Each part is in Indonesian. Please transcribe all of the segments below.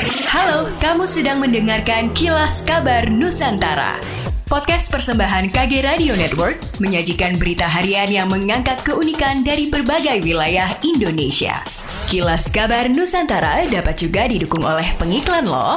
Halo, kamu sedang mendengarkan Kilas Kabar Nusantara. Podcast persembahan KG Radio Network menyajikan berita harian yang mengangkat keunikan dari berbagai wilayah Indonesia. Kilas Kabar Nusantara dapat juga didukung oleh pengiklan loh.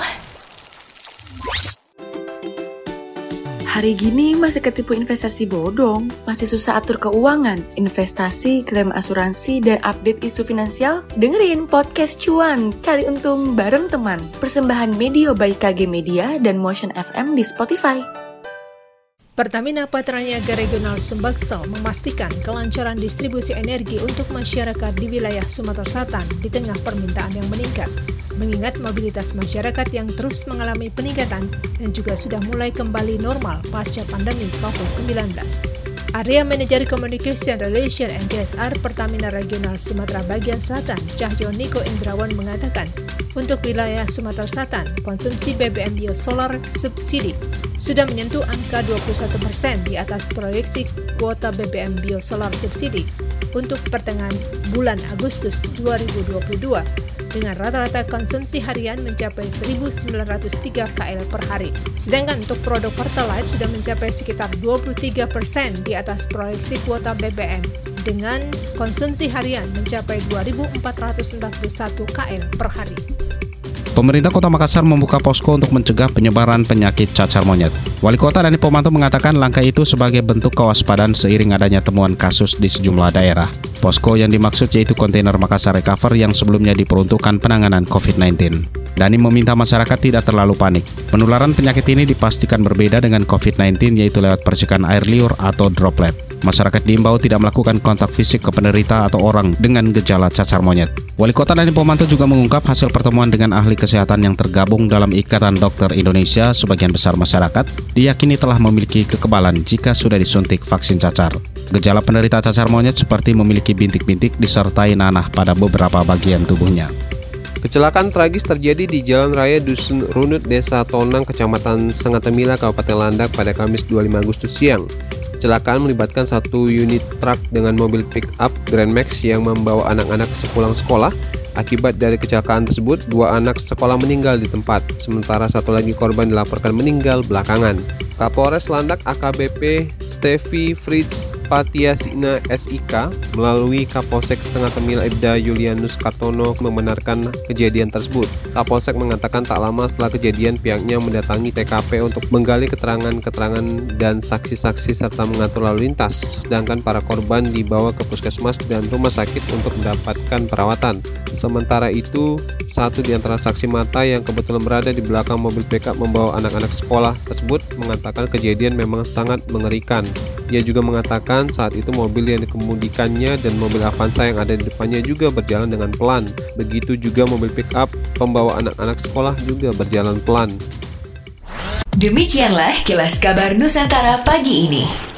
Hari gini masih ketipu investasi bodong, masih susah atur keuangan, investasi, klaim asuransi, dan update isu finansial? Dengerin Podcast Cuan, cari untung bareng teman. Persembahan Medio by KG Media dan Motion FM di Spotify. Pertamina Patraniaga Regional Sumbaksel memastikan kelancaran distribusi energi untuk masyarakat di wilayah Sumatera Selatan di tengah permintaan yang meningkat. Mengingat mobilitas masyarakat yang terus mengalami peningkatan dan juga sudah mulai kembali normal pasca pandemi COVID-19. Area Manager Communication Relation and CSR Pertamina Regional Sumatera Bagian Selatan, Cahyo Niko Indrawan mengatakan, untuk wilayah Sumatera Selatan, konsumsi BBM biosolar subsidi sudah menyentuh angka 21% di atas proyeksi kuota BBM biosolar subsidi untuk pertengahan bulan Agustus 2022 dengan rata-rata konsumsi harian mencapai 1.903 KL per hari. Sedangkan untuk produk Pertalite sudah mencapai sekitar 23% di atas proyeksi kuota BBM dengan konsumsi harian mencapai 2.441 KL per hari. Pemerintah Kota Makassar membuka posko untuk mencegah penyebaran penyakit cacar monyet. Wali Kota Dani Pomanto mengatakan langkah itu sebagai bentuk kewaspadaan seiring adanya temuan kasus di sejumlah daerah. Posko yang dimaksud yaitu kontainer Makassar Recover yang sebelumnya diperuntukkan penanganan COVID-19. Dani meminta masyarakat tidak terlalu panik. Penularan penyakit ini dipastikan berbeda dengan COVID-19 yaitu lewat percikan air liur atau droplet. Masyarakat diimbau tidak melakukan kontak fisik ke penderita atau orang dengan gejala cacar monyet. Wali Kota Dani Pomanto juga mengungkap hasil pertemuan dengan ahli kesehatan yang tergabung dalam Ikatan Dokter Indonesia. Sebagian besar masyarakat diyakini telah memiliki kekebalan jika sudah disuntik vaksin cacar. Gejala penderita cacar monyet seperti memiliki bintik-bintik disertai nanah pada beberapa bagian tubuhnya. Kecelakaan tragis terjadi di Jalan Raya Dusun Runut, Desa Tonang, Kecamatan Sengatemila, Kabupaten Landak pada Kamis 25 Agustus siang. Kecelakaan melibatkan satu unit truk dengan mobil pick-up Grand Max yang membawa anak-anak sepulang sekolah. Akibat dari kecelakaan tersebut, 2 anak sekolah meninggal di tempat, sementara satu lagi korban dilaporkan meninggal belakangan. Kapolres Landak AKBP Stevi Fritz Patiasina SIK melalui Kapolsek Sengatemila Ibda Julianus Kartono membenarkan kejadian tersebut. Kapolsek mengatakan tak lama setelah kejadian pihaknya mendatangi TKP untuk menggali keterangan-keterangan dan saksi-saksi serta mengatur lalu lintas, sedangkan para korban dibawa ke puskesmas dan rumah sakit untuk mendapatkan perawatan. Sementara itu, satu di antara saksi mata yang kebetulan berada di belakang mobil pickup membawa anak-anak sekolah tersebut mengatakan kejadian memang sangat mengerikan. Ia juga mengatakan saat itu mobil yang dikemudikannya dan mobil Avanza yang ada di depannya juga berjalan dengan pelan. Begitu juga mobil pickup pembawa anak-anak sekolah juga berjalan pelan. Demikianlah Kilas Kabar Nusantara pagi ini.